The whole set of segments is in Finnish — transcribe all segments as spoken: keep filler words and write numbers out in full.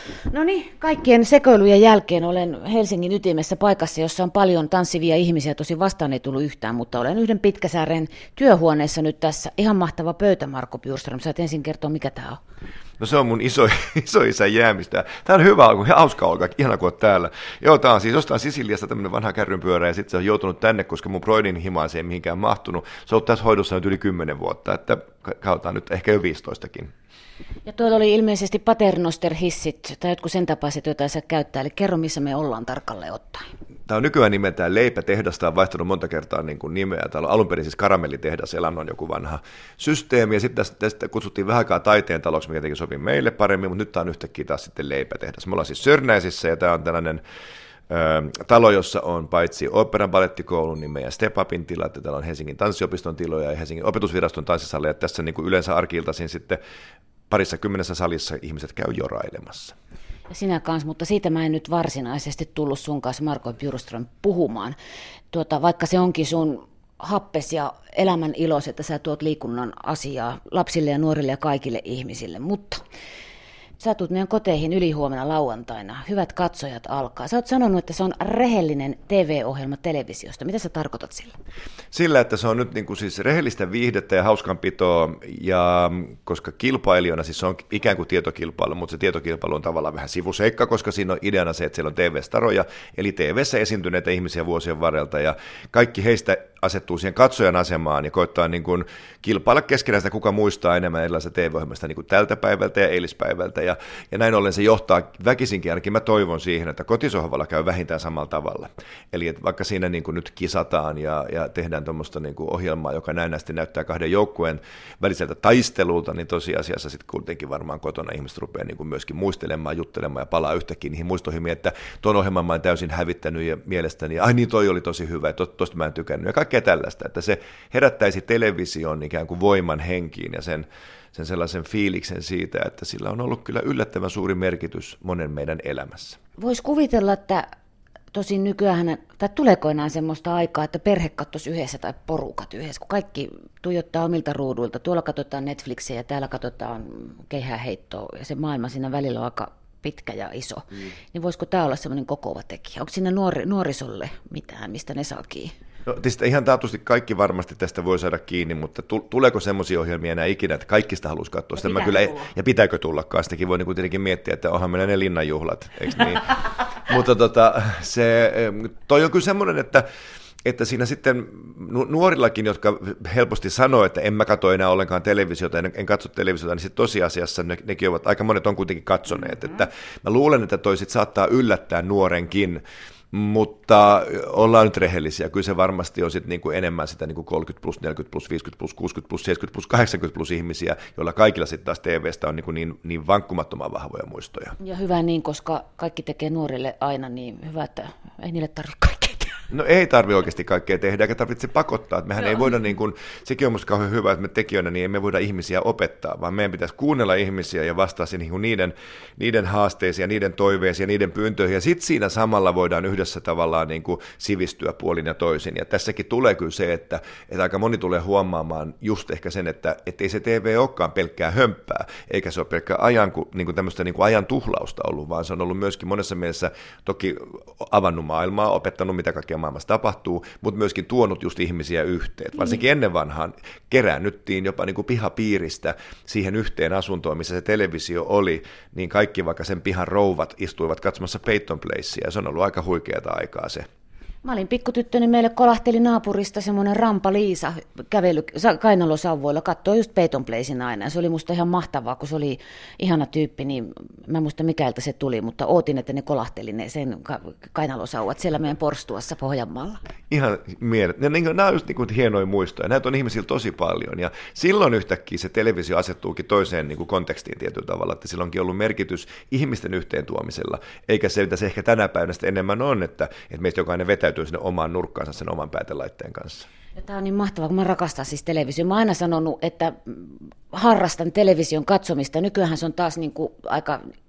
No niin, kaikkien sekoilujen jälkeen olen Helsingin ytimessä paikassa, jossa on paljon tanssivia ihmisiä. Tosi vastaan ei tullut yhtään, mutta olen yhden Pitkäsaaren työhuoneessa nyt tässä. Ihan mahtava pöytä, Marko Bjurström. Saat ensin kertoa, mikä tämä on. No se on mun iso, isoisän jäämistä. Tämä on hyvä alku, hauska olkaa, ihana kun olet täällä. Joo, tämä on siis jostain Sisiliasta tämmöinen vanha kärrynpyörä ja sitten se on joutunut tänne, koska mun broidin himaan se ei mihinkään mahtunut. Se on ollut tässä hoidossa nyt yli kymmenen vuotta, että kautaan nyt ehkä jo viisitoistakin. Ja tuolla oli ilmeisesti paternosterhissit tai jotkut sen tapaiset, joita sä käyttää. Eli kerro, missä me ollaan tarkalleen ottaen. Tämä on nykyään nimeltään Leipätehdas, tämä on vaihtanut monta kertaa niin kuin nimeä. Täällä on alun perin siis karamellitehdas, Elannon joku vanha systeemi, ja sitten tästä, tästä kutsuttiin vähän aikaa taiteen taloksi, mikä teki sopii meille paremmin, mutta nyt tämä on yhtäkkiä taas sitten Leipätehdas. Me ollaan siis Sörnäisissä, ja tämä on tällainen ö, talo, jossa on paitsi oopperan balettikoulun, niin meidän Step Upin tilat, ja täällä on Helsingin tanssiopiston tiloja ja Helsingin opetusviraston tanssisalleja, ja tässä niin kuin yleensä arki-iltaisin sitten parissa kymmenessä salissa ihmiset käy jorailemassa. Ja sinä kanssa, mutta siitä mä en nyt varsinaisesti tullut sun kanssa, Marko Bjurström, puhumaan. Tuota, vaikka se onkin sun happes ja elämän ilos, että sä tuot liikunnan asiaa lapsille ja nuorille ja kaikille ihmisille, mutta sä tulet meidän koteihin ylihuomenna lauantaina. Hyvät katsojat alkaa. Sä oot sanonut, että se on rehellinen T V-ohjelma televisiosta. Mitä sä tarkoitat sillä? Sillä, että se on nyt niin kuin siis rehellistä viihdettä ja hauskanpitoa, ja koska kilpailijana siis se on ikään kuin tietokilpailu, mutta se tietokilpailu on tavallaan vähän sivuseikka, koska siinä on ideana se, että siellä on T V-staroja, eli T V:ssä esiintyneitä ihmisiä vuosien varrelta, ja kaikki heistä asettuu siihen katsojan asemaan ja koittaa niin kuin kilpailla keskenään sitä, kuka muistaa enemmän erilaisista T V-ohjelmista niin kuin tältä päivältä ja eilispäivältä. Ja, ja näin ollen se johtaa väkisinkin, ainakin mä toivon siihen, että kotisohvalla käy vähintään samalla tavalla. Eli että vaikka siinä niin kuin nyt kisataan ja, ja tehdään tuommoista niin kuin ohjelmaa, joka näennäisesti näyttää kahden joukkueen väliseltä taistelulta, niin tosiasiassa sitten kuitenkin varmaan kotona ihmiset rupeaa niin kuin myöskin muistelemaan, juttelemaan ja palaa yhtäkkiä niihin muistoihin, että tuon ohjelman mä oon täysin hävittänyt ja mielestäni, ai niin toi oli tosi hyvä, että tosta mä en tykännyt. Ja kaikkea tällaista, että se herättäisi television ikään kuin voiman henkiin ja sen, sen sellaisen fiiliksen siitä, että sillä on ollut kyllä yllättävän suuri merkitys monen meidän elämässä. Voisi kuvitella, että tosin nykyään, tai tuleeko enää semmoista aikaa, että perhe katsoisi yhdessä tai porukat yhdessä, kun kaikki tuijottaa omilta ruuduilta. Tuolla katsotaan Netflixiä ja täällä katsotaan keihäheittoa ja se maailma siinä välillä on aika pitkä ja iso. Mm. Niin voisiko tämä olla semmoinen kokoava tekijä? Onko siinä nuori, nuorisolle mitään, mistä ne saa kiinni? No, tietysti ihan taatusti kaikki varmasti tästä voi saada kiinni, mutta tuleeko semmoisia ohjelmia enää ikinä, että kaikista haluaisi katsoa? Ja, mä kyllä, ja pitääkö tullakaan? Sitäkin voi niin tietenkin miettiä, että onhan meillä ne linnanjuhlat, eikö niin? Mutta tota, se, toi on kyllä semmoinen, että että siinä sitten nuorillakin, jotka helposti sanoo, että en mä katso enää ollenkaan televisiota, en, en katso televisiota, niin sitten tosiasiassa ne, nekin ovat, aika monet on kuitenkin katsoneet. Mm-hmm. Että mä luulen, että toi sit saattaa yllättää nuorenkin, mutta ollaan nyt rehellisiä. Kyllä se varmasti on sit niinku enemmän sitä niinku kolmekymmentä plus, neljäkymmentä plus, viisikymmentä plus, kuusikymmentä plus, seitsemänkymmentä plus, kahdeksankymmentä plus ihmisiä, joilla kaikilla sitten taas T V:stä on niinku niin, niin vankkumattoman vahvoja muistoja. Ja hyvä niin, koska kaikki tekee nuorille aina niin hyvä, että ei niille tarvitse kaikkea. No ei tarvitse oikeasti kaikkea tehdä, eikä tarvitse pakottaa. Että mehän no. ei voida, niin kuin, sekin on musta kauhean hyvä, että me tekijöinä niin emme voida ihmisiä opettaa, vaan meidän pitäisi kuunnella ihmisiä ja vastata niin niiden, niiden haasteisiin ja niiden toiveisiin ja niiden pyyntöihin. Ja sitten siinä samalla voidaan yhdessä tavallaan niin kuin sivistyä puolin ja toisin. Ja tässäkin tulee kyllä se, että, että aika moni tulee huomaamaan just ehkä sen, että ei se T V olekaan pelkkää hömppää, eikä se ole pelkkää ajan, niin kuin tämmöistä niin kuin ajan tuhlausta ollut, vaan se on ollut myöskin monessa mielessä toki avannut maailmaa, opettanut mitä kaikkea maailmassa tapahtuu, mutta myöskin tuonut just ihmisiä yhteen. Varsinkin ennen vanhaan keräännyttiin jopa niin kuin pihapiiristä siihen yhteen asuntoon, missä se televisio oli, niin kaikki vaikka sen pihan rouvat istuivat katsomassa Peyton Placea, ja se on ollut aika huikeata aikaa se. Mä olin pikkutyttö, niin meille kolahteli naapurista semmoinen rampa Liisa kävely kainalosauvoilla, katsoi just Peyton Placen aina, ja se oli musta ihan mahtavaa, kun se oli ihana tyyppi, niin mä en muista mikäiltä se tuli, mutta ootin, että ne kolahteli ne sen kainalosauvat siellä meidän porstuassa Pohjanmaalla. Ihan mielet. Nämä on just niin kuin hienoja muistoja, näitä on ihmisillä tosi paljon, ja silloin yhtäkkiä se televisio asettuukin toiseen niin kuin kontekstiin tietyllä tavalla, että sillä onkin ollut merkitys ihmisten yhteen tuomisella, eikä se, mitä se ehkä tänä päivänä enemmän on, että, että meistä jokainen vetää sinne omaan nurkkaansa sen oman päätelaitteen kanssa. Ja tämä on niin mahtavaa, kun mä rakastan siis televisio. Mä oon aina sanonut, että harrastan television katsomista. Nykyään se on taas niin kuin aika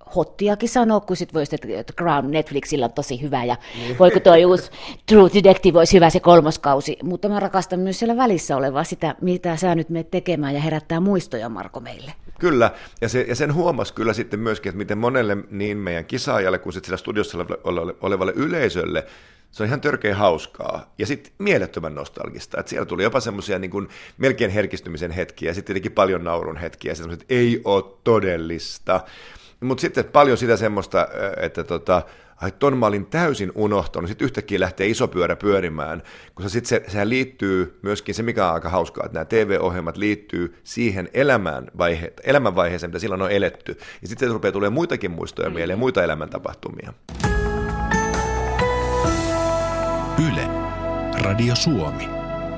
hottiakin sanoa, kun sit voisi, että Crown Netflixillä on tosi hyvä ja voiko tuo uusi True Detective olisi hyvä se kolmoskausi, mutta mä rakastan myös siellä välissä olevaa sitä, mitä sä nyt menet tekemään ja herättää muistoja, Marko, meille. Kyllä, ja, se, ja sen huomasi kyllä sitten myöskin, että miten monelle niin meidän kisaajalle kuin sitten siellä studiossa olevalle yleisölle se on ihan törkeä hauskaa ja sitten mielettömän nostalgista, että siellä tuli jopa semmoisia niin kuin melkein herkistymisen hetkiä ja sitten tietenkin paljon naurun hetkiä, semmoiset, että ei ole todellista, mutta sitten paljon sitä semmoista, että tota, ai ton mä olin täysin unohtanut, sitten yhtäkkiä lähtee iso pyörä pyörimään, koska sitten se, sehän liittyy myöskin se, mikä on aika hauskaa, että nämä T V-ohjelmat liittyy siihen elämän vaihe, elämänvaiheeseen, mitä silloin on eletty, ja sitten se rupeaa tulemaan muitakin muistoja mieleen, muita elämäntapahtumia. Yle, Radio Suomi.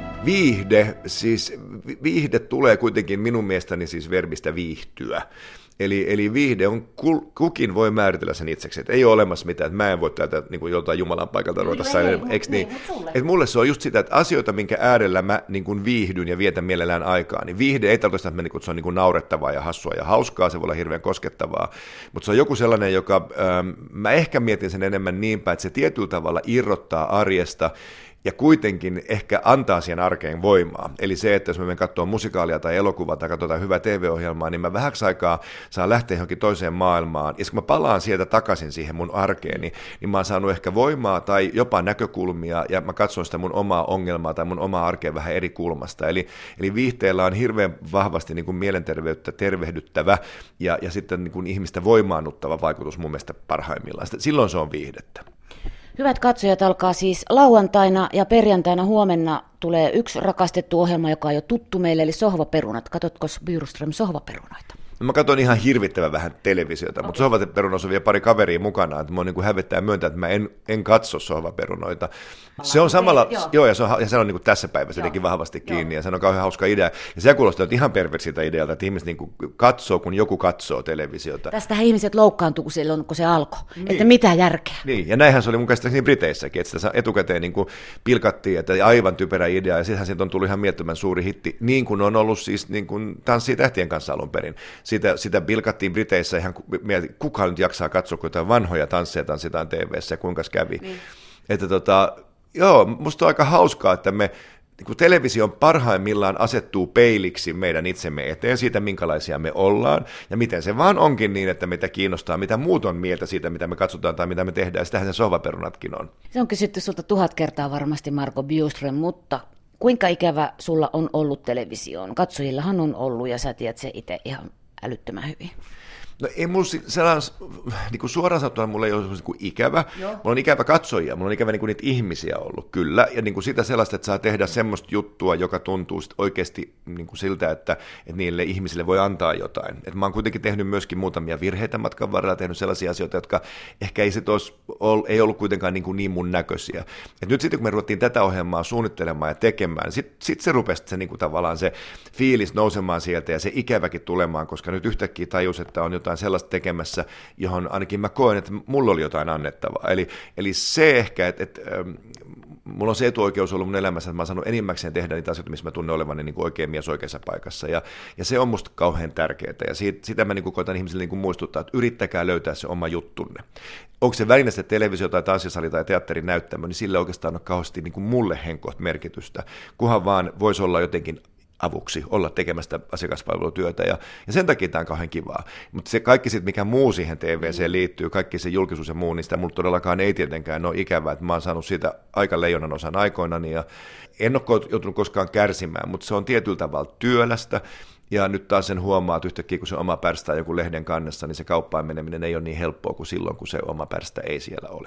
Viihde, siis viihde tulee kuitenkin minun mielestäni siis verbistä viihtyä. Eli, eli viihde on, kukin voi määritellä sen itseksi, että ei ole olemassa mitään, että mä en voi täältä niin kuin joltain Jumalan paikalta ruveta saada, eikö niin? Että mulle se on just sitä, että asioita, minkä äärellä mä niin kuin viihdyn ja vietän mielellään aikaa, niin viihde ei tarkoita, että, että se on niin kuin naurettavaa ja hassua ja hauskaa, se voi olla hirveän koskettavaa, mutta se on joku sellainen, joka, ähm, mä ehkä mietin sen enemmän niin päin, että se tietyllä tavalla irrottaa arjesta, ja kuitenkin ehkä antaa siihen arkeen voimaa. Eli se, että jos mä menen katsomaan musikaalia tai elokuvaa tai katsotaan hyvää T V-ohjelmaa, niin mä vähäksi aikaa saan lähteä johonkin toiseen maailmaan. Ja kun mä palaan sieltä takaisin siihen mun arkeeni, niin mä oon saanut ehkä voimaa tai jopa näkökulmia, ja mä katson sitä mun omaa ongelmaa tai mun omaa arkea vähän eri kulmasta. Eli, eli viihteellä on hirveän vahvasti niin kuin mielenterveyttä tervehdyttävä ja, ja sitten niin kuin ihmistä voimaannuttava vaikutus mun mielestä parhaimmillaan. Silloin se on viihdettä. Hyvät katsojat, alkaa siis lauantaina ja perjantaina huomenna tulee yksi rakastettu ohjelma, joka on jo tuttu meille, eli Sohvaperunat. Katsotko Bjurström Sohvaperunoita? No mä katson ihan hirvittävän vähän televisiota, okay. Mutta Sohvaperunoissa on vielä pari kaveria mukana, että mä oon niin kuin hävettää myöntää, että mä en, en katso Sohvaperunoita. Se on samalla, joo, joo ja, se on, ja se on niin kuin tässä päivässä jotenkin vahvasti kiinni, joo. Ja se on kauhean hauska idea. Ja se kuulostaa ihan perversiltä idealta, että ihmiset niin kuin katsoo, kun joku katsoo televisiota. Tästähän ihmiset loukkaantuu silloin, kun se alkoi, niin. Että mitä järkeä. Niin, ja näinhän se oli mun käsittääkseni Briteissäkin, että sitä etukäteen niin kuin pilkattiin, että aivan typerä idea, ja sittenhän siitä on tullut ihan mielettömän suuri hitti, niin kuin on ollut siis niin kuin Tanssii tähtien kanssa alun perin. Sitä, sitä pilkattiin Briteissä ihan, kuka nyt jaksaa katsoa, kun jotain vanhoja tansseja tanssitaan T V:ssä ja kuinka kävi. Niin. Että tota, joo, musta on aika hauskaa, että me niin television parhaimmillaan asettuu peiliksi meidän itsemme eteen siitä, minkälaisia me ollaan, ja miten se vaan onkin niin, että meitä kiinnostaa, mitä muut on mieltä siitä, mitä me katsotaan tai mitä me tehdään, ja sitähän se Sohvaperunatkin on. Se on kysytty sulta tuhat kertaa varmasti, Marko Bjurström, mutta kuinka ikävä sulla on ollut televisioon? Katsojillahan on ollut, ja sä tiedät se itse ihan älyttömän hyvin. No ei mulla sellainen, niin kuin suoraan sanottuna mulla ei ole niin kuin ikävä, Joo. Mulla on ikävä katsojia, mulla on ikävä niin kuin niitä ihmisiä ollut, kyllä, ja niin kuin sitä sellaista, että saa tehdä semmoista juttua, joka tuntuu oikeasti niin kuin siltä, että, että niille ihmisille voi antaa jotain. Et mä oon kuitenkin tehnyt myöskin muutamia virheitä matkan varrella, tehnyt sellaisia asioita, jotka ehkä ei, sit olisi, ei ollut kuitenkaan niin, kuin niin mun näköisiä. Et nyt sitten kun me ruvettiin tätä ohjelmaa suunnittelemaan ja tekemään, niin sitten sit se rupesi se, niin kuin tavallaan se fiilis nousemaan sieltä ja se ikäväkin tulemaan, koska nyt yhtäkkiä tajus, että on jotain sellaista tekemässä, johon ainakin mä koen, että mulla oli jotain annettavaa. Eli, eli se ehkä, että, että ähm, mulla on se etuoikeus ollut mun elämässä, että mä oon saanut enimmäkseen tehdä niitä asioita, missä mä tunnen olevani niin kuin oikein mies oikeassa paikassa. Ja, ja se on musta kauhean tärkeää. Ja siitä, sitä mä niin kuin koitan ihmisille niin kuin muistuttaa, että yrittäkää löytää se oma juttunne. Onko se väline sitten televisio tai tanssisali tai teatterin näyttämö, niin sillä oikeastaan on kauheasti niin kuin mulle henkoht merkitystä, kunhan vaan voisi olla jotenkin avuksi olla tekemästä asiakaspalvelutyötä, ja, ja sen takia tämä on kauhean kivaa. Mutta se kaikki sitten, mikä muu siihen T V:seen liittyy, kaikki se julkisuus ja muu, niin sitä mulla todellakaan ei tietenkään ole ikävää, että mä oon saanut siitä aika leijonan osan aikoinani, ja en ole joutunut koskaan kärsimään, mutta se on tietyllä tavalla työlästä, ja nyt taas sen huomaa, että yhtäkkiä kun se oma pärstä on joku lehden kannessa, niin se kauppaan meneminen ei ole niin helppoa kuin silloin, kun se oma pärstä ei siellä ole.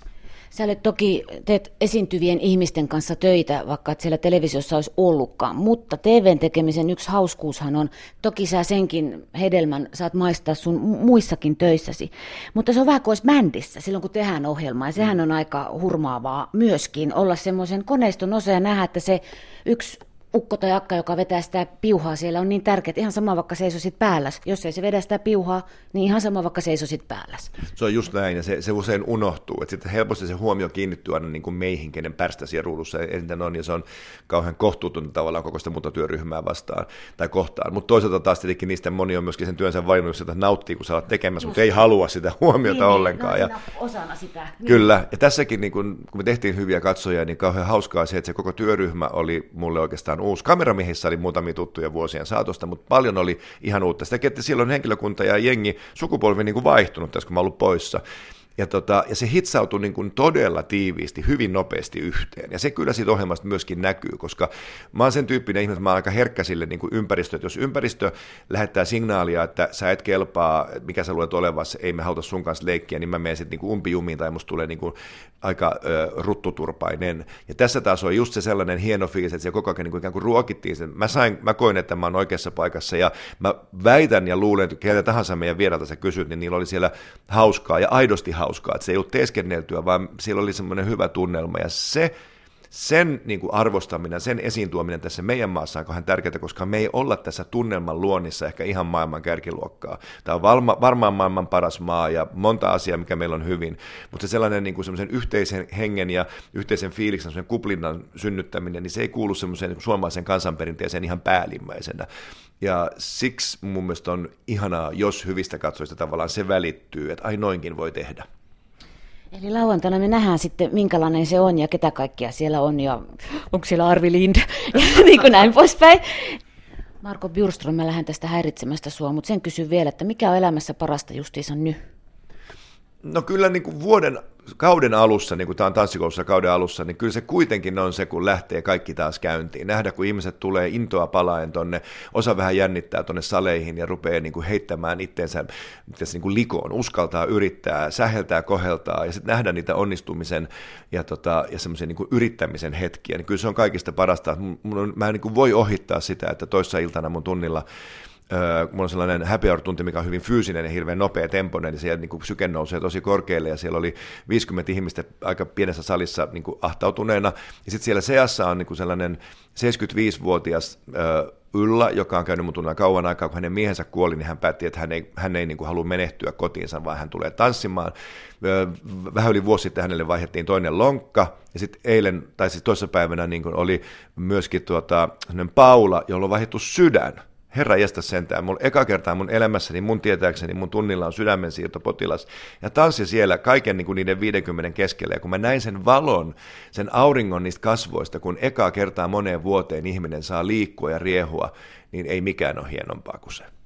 Sä olet toki, teet esiintyvien ihmisten kanssa töitä, vaikka et siellä televisiossa olisi ollutkaan, mutta T V:n tekemisen yksi hauskuushan on, toki sä senkin hedelmän saat maistaa sun muissakin töissäsi, mutta se on vähän kuin olisi bändissä silloin, kun tehdään ohjelmaa, ja sehän on aika hurmaavaa myöskin olla semmoisen koneiston osa ja nähdä, että se yksi ukko tai akka, joka vetää sitä piuhaa siellä, on niin tärkeää, ihan sama vaikka seisosit päälläs. Jos ei se vedä sitä piuhaa, niin ihan sama vaikka seisosit päälläs. Se on just näin, ja se, se usein unohtuu, että sitten helposti se huomio kiinnittyy aina niin kuin meihin, kenen pärstä siellä ruudussa eniten on, ja se on kauhean kohtuutonta tavallaan koko sitä muuta työryhmää vastaan tai kohtaan. Mutta toisaalta taas tietenkin niistä moni on myöskin sen työnsä valinnut, että nauttii, kun sä olet tekemässä, mutta ei halua sitä huomiota niin, ollenkaan. Niin, ja, osana sitä. Niin. Kyllä, ja tässäkin niin kun, kun me tehtiin hyviä katsojia, niin kauhean hauskaa se, että se koko työryhmä oli mulle oikeastaan uusi. Kameramiehissä oli muutamia tuttuja vuosien saatosta, mutta paljon oli ihan uutta. Sitä, että silloin henkilökunta ja jengi, sukupolvi niin kuin vaihtunut tässä, kun mä ollut poissa. Ja, tota, ja se hitsautui niin kuin todella tiiviisti, hyvin nopeasti yhteen. Ja se kyllä siitä ohjelmasta myöskin näkyy, koska mä oon sen tyyppinen ihminen, että mä oon aika herkkä sille niin kuin ympäristö, että jos ympäristö lähettää signaalia, että sä et kelpaa, mikä sä luulet olevassa, ei me haluta sun kanssa leikkiä, niin mä menen sitten niin umpijumiin tai musta tulee niin kuin aika ö, ruttuturpainen. Ja tässä taas on just se sellainen hieno fiilis, että se koko ajan niin kuin ikään kuin ruokittiin sen. Mä, sain, mä koin, että mä oon oikeassa paikassa ja mä väitän ja luulen, että ketä tahansa meidän vieralta sä kysyt, niin niillä oli siellä hauskaa ja aidosti hauskaa. Että se ei ollut teeskenneltyä, vaan siellä oli semmoinen hyvä tunnelma, ja se, sen niin kuin arvostaminen, sen esiin tuominen tässä meidän maassa on kauhean tärkeää, koska me ei olla tässä tunnelman luonnissa ehkä ihan maailman kärkiluokkaa. Tämä on valma, varmaan maailman paras maa ja monta asiaa, mikä meillä on hyvin, mutta se sellainen niin kuin semmoisen yhteisen hengen ja yhteisen fiiliksen, semmoisen kuplinnan synnyttäminen, niin se ei kuulu semmoiseen niin suomalaisen kansanperinteeseen ihan päällimmäisenä. Ja siksi mun mielestä on ihanaa, jos hyvistä katsojista tavallaan se välittyy, että ai noinkin voi tehdä. Eli lauantaina me nähdään sitten, minkälainen se on ja ketä kaikkia siellä on ja onko siellä Arvi Lind ja niin kuin näin poispäin. Marco Bjurström, mä lähden tästä häiritsemästä sua, mutta sen kysyn vielä, että mikä on elämässä parasta justiinsa nyt? No kyllä niin kuin vuoden, kauden alussa, niin kuin tämä on tanssikoulussa kauden alussa, niin kyllä se kuitenkin on se, kun lähtee kaikki taas käyntiin. Nähdä, kun ihmiset tulee intoa palaen tonne, osa vähän jännittää tonne saleihin ja rupeaa niin kuin heittämään itteensä niin kuin likoon, uskaltaa yrittää, säheltää, koheltaa ja sitten nähdä niitä onnistumisen ja, tota, ja semmoisen niin kuin yrittämisen hetkiä. Niin kyllä se on kaikista parasta. Mä en niin kuin voi ohittaa sitä, että toissa iltana mun tunnilla mulla on sellainen happy hour-tunti, mikä on hyvin fyysinen ja hirveän nopea tempoinen, ja siellä niin kuin psyke nousee tosi korkealle, ja siellä oli viisikymmentä ihmistä aika pienessä salissa niin kuin ahtautuneena, ja sitten siellä seassa on niin kuin sellainen seitsemänkymmentäviisivuotias Yllä, joka on käynyt mun tunnilla kauan aikaa, kun hänen miehensä kuoli, niin hän päätti, että hän ei, hän ei niin kuin halua menehtyä kotiinsa, vaan hän tulee tanssimaan. Vähän yli vuosi sitten hänelle vaihdettiin toinen lonkka, ja sitten eilen, tai siis toissapäivänä niin kuin oli myöskin tuota, Paula, jolla on vaihdettu sydän. Herra jästä sentään, mun eka kertaa mun elämässäni, mun tietääkseni, mun tunnilla on sydämensiirtopotilas, ja tanssi siellä kaiken niin kuin niiden viidenkymmenen keskellä, ja kun mä näin sen valon, sen auringon niistä kasvoista, kun eka kertaa moneen vuoteen ihminen saa liikkua ja riehua, niin ei mikään ole hienompaa kuin se.